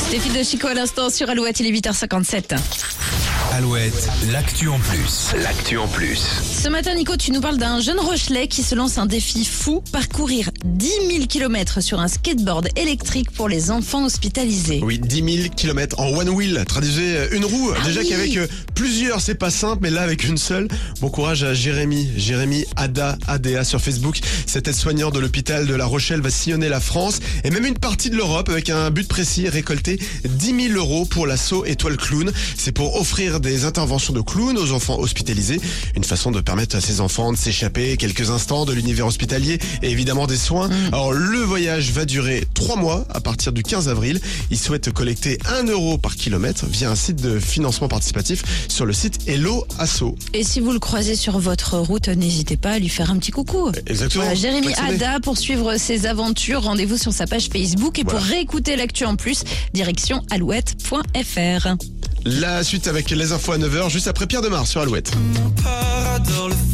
Défi de Chico à l'instant sur Alouette, il est 8h57. Alouette, l'actu en plus. L'actu en plus. Ce matin, Nico, tu nous parles d'un jeune Rochelais qui se lance un défi fou, parcourir 10 000 km sur un skateboard électrique pour les enfants hospitalisés. Oui, 10 000 km en one wheel, traduisez une roue. Déjà oui. qu'avec plusieurs, c'est pas simple, mais là, avec une seule, bon courage à Jérémy ADA sur Facebook. Cet aide-soignant de l'hôpital de La Rochelle va sillonner la France et même une partie de l'Europe avec un but précis, récolter 10 000 euros pour l'assaut Étoile Clown. C'est pour offrir des interventions de clown aux enfants hospitalisés. Une façon de permettre à ces enfants de s'échapper quelques instants de l'univers hospitalier et évidemment des soins. Alors le voyage va durer 3 mois à partir du 15 avril. Ils souhaitent collecter 1 euro par kilomètre via un site de financement participatif sur le site Hello Asso. Et si vous le croisez sur votre route, n'hésitez pas à lui faire un petit coucou. Exactement. Voilà, Jérémy Vacciné. Ada, pour suivre ses aventures, rendez-vous sur sa page Facebook et pour réécouter l'actu en plus, direction alouette.fr. La suite avec les infos à 9h juste après Pierre Demar sur Alouette. Mon père adore le